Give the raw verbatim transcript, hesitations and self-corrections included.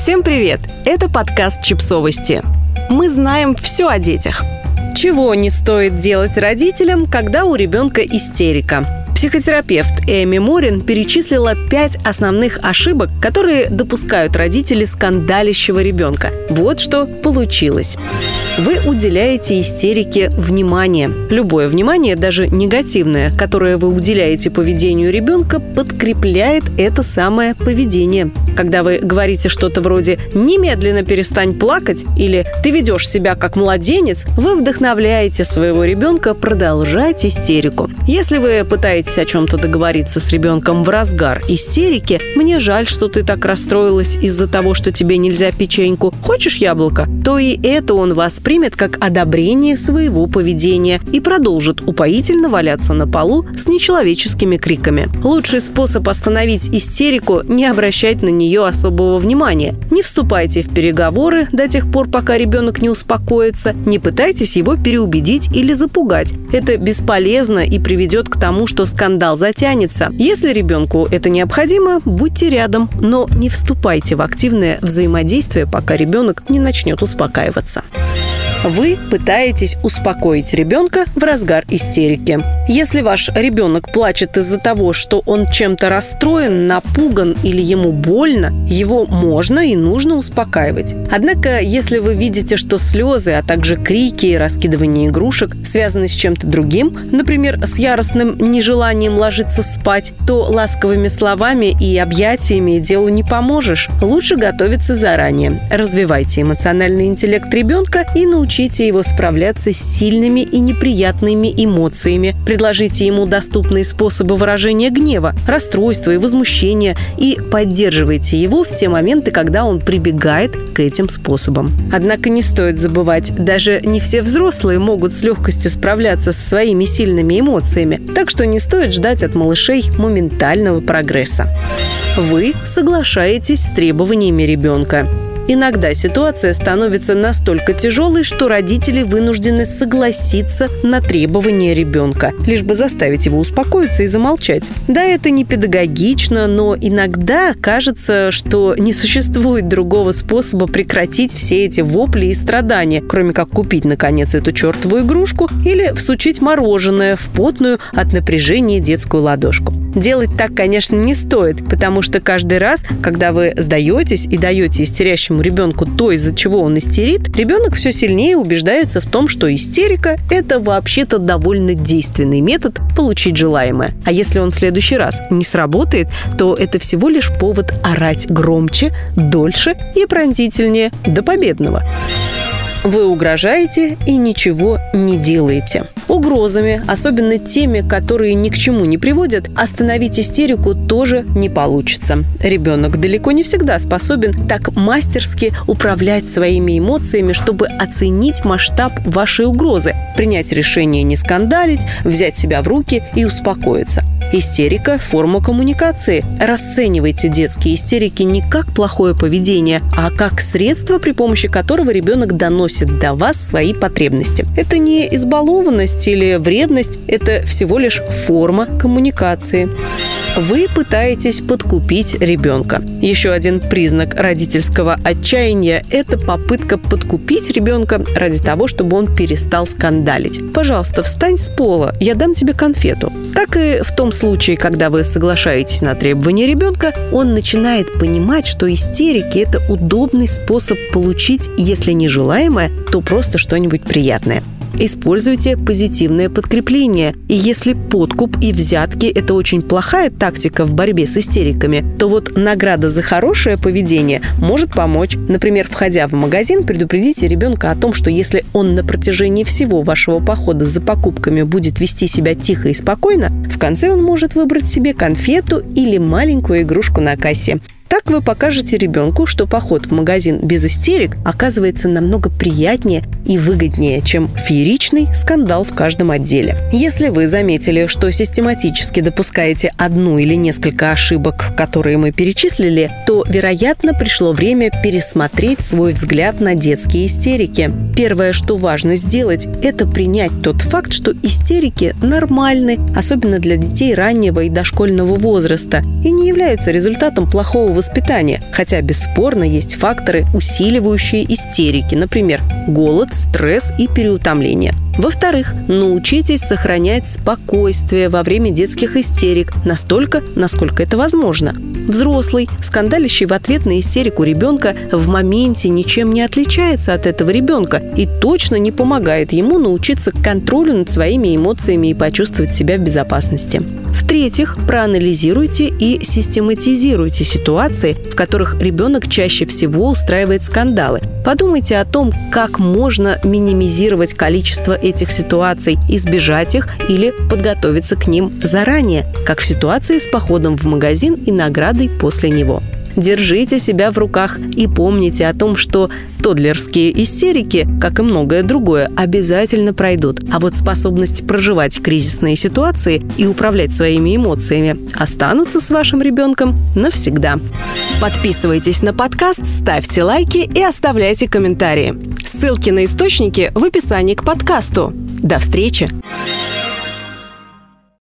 Всем привет! Это подкаст «Чипсовости». Мы знаем все о детях. Чего не стоит делать родителям, когда у ребенка истерика? Психотерапевт Эми Морин перечислила пять основных ошибок, которые допускают родители скандалящего ребенка. Вот что получилось. Вы уделяете истерике внимание. Любое внимание, даже негативное, которое вы уделяете поведению ребенка, подкрепляет это самое поведение. Когда вы говорите что-то вроде «немедленно перестань плакать» или «ты ведешь себя как младенец», вы вдохновляете своего ребенка продолжать истерику. Если вы пытаетесь о чем-то договориться с ребенком в разгар истерики, «мне жаль, что ты так расстроилась из-за того, что тебе нельзя печеньку, хочешь яблоко?», то и это он воспримет как одобрение своего поведения и продолжит упоительно валяться на полу с нечеловеческими криками. Лучший способ остановить истерику – не обращать на нее особого внимания. Не вступайте в переговоры до тех пор, пока ребенок не успокоится, не пытайтесь его переубедить или запугать. Это бесполезно и приведет к тому, что скандал затянется. Если ребенку это необходимо, будьте рядом, но не вступайте в активное взаимодействие, пока ребенок не начнет успокаиваться. Вы пытаетесь успокоить ребенка в разгар истерики. Если ваш ребенок плачет из-за того, что он чем-то расстроен, напуган или ему больно, его можно и нужно успокаивать. Однако, если вы видите, что слезы, а также крики и раскидывание игрушек связаны с чем-то другим, например, с яростным нежеланием ложиться спать, то ласковыми словами и объятиями делу не поможешь. Лучше готовиться заранее. Развивайте эмоциональный интеллект ребенка и научите Учите его справляться с сильными и неприятными эмоциями. Предложите ему доступные способы выражения гнева, расстройства и возмущения и поддерживайте его в те моменты, когда он прибегает к этим способам. Однако не стоит забывать, даже не все взрослые могут с легкостью справляться со своими сильными эмоциями, так что не стоит ждать от малышей моментального прогресса. Вы соглашаетесь с требованиями ребенка. Иногда ситуация становится настолько тяжелой, что родители вынуждены согласиться на требования ребенка, лишь бы заставить его успокоиться и замолчать. Да, это не педагогично, но иногда кажется, что не существует другого способа прекратить все эти вопли и страдания, кроме как купить, наконец, эту чертову игрушку или всучить мороженое в потную от напряжения детскую ладошку. Делать так, конечно, не стоит, потому что каждый раз, когда вы сдаетесь и даете истерящему ребенку то, из-за чего он истерит, ребенок все сильнее убеждается в том, что истерика – это вообще-то довольно действенный метод получить желаемое. А если он в следующий раз не сработает, то это всего лишь повод орать громче, дольше и пронзительнее до победного. Вы угрожаете и ничего не делаете. Угрозами, особенно теми, которые ни к чему не приводят, остановить истерику тоже не получится. Ребенок далеко не всегда способен так мастерски управлять своими эмоциями, чтобы оценить масштаб вашей угрозы, принять решение не скандалить, взять себя в руки и успокоиться. Истерика – форма коммуникации. Расценивайте детские истерики не как плохое поведение, а как средство, при помощи которого ребенок доносит до вас свои потребности. Это не избалованность или вредность, это всего лишь форма коммуникации. Вы пытаетесь подкупить ребенка. Еще один признак родительского отчаяния – это попытка подкупить ребенка ради того, чтобы он перестал скандалить. «Пожалуйста, встань с пола, я дам тебе конфету». Как и в том случае, когда вы соглашаетесь на требования ребенка, он начинает понимать, что истерики – это удобный способ получить, если не желаемое, то просто что-нибудь приятное. Используйте позитивное подкрепление. И если подкуп и взятки – это очень плохая тактика в борьбе с истериками, то вот награда за хорошее поведение может помочь. Например, входя в магазин, предупредите ребенка о том, что если он на протяжении всего вашего похода за покупками будет вести себя тихо и спокойно, в конце он может выбрать себе конфету или маленькую игрушку на кассе. Так вы покажете ребенку, что поход в магазин без истерик оказывается намного приятнее и выгоднее, чем фееричный скандал в каждом отделе. Если вы заметили, что систематически допускаете одну или несколько ошибок, которые мы перечислили, то, вероятно, пришло время пересмотреть свой взгляд на детские истерики. Первое, что важно сделать, это принять тот факт, что истерики нормальны, особенно для детей раннего и дошкольного возраста, и не являются результатом плохого воспитания воспитания, хотя бесспорно есть факторы, усиливающие истерики, например, голод, стресс и переутомление. Во-вторых, научитесь сохранять спокойствие во время детских истерик настолько, насколько это возможно. Взрослый, скандалящий в ответ на истерику ребенка, в моменте ничем не отличается от этого ребенка и точно не помогает ему научиться контролю над своими эмоциями и почувствовать себя в безопасности. В-третьих, проанализируйте и систематизируйте ситуации, в которых ребенок чаще всего устраивает скандалы. Подумайте о том, как можно минимизировать количество этих ситуаций, избежать их или подготовиться к ним заранее, как в ситуации с походом в магазин и наградой после него. Держите себя в руках и помните о том, что тоддлерские истерики, как и многое другое, обязательно пройдут. А вот способность проживать кризисные ситуации и управлять своими эмоциями останутся с вашим ребенком навсегда. Подписывайтесь на подкаст, ставьте лайки и оставляйте комментарии. Ссылки на источники в описании к подкасту. До встречи!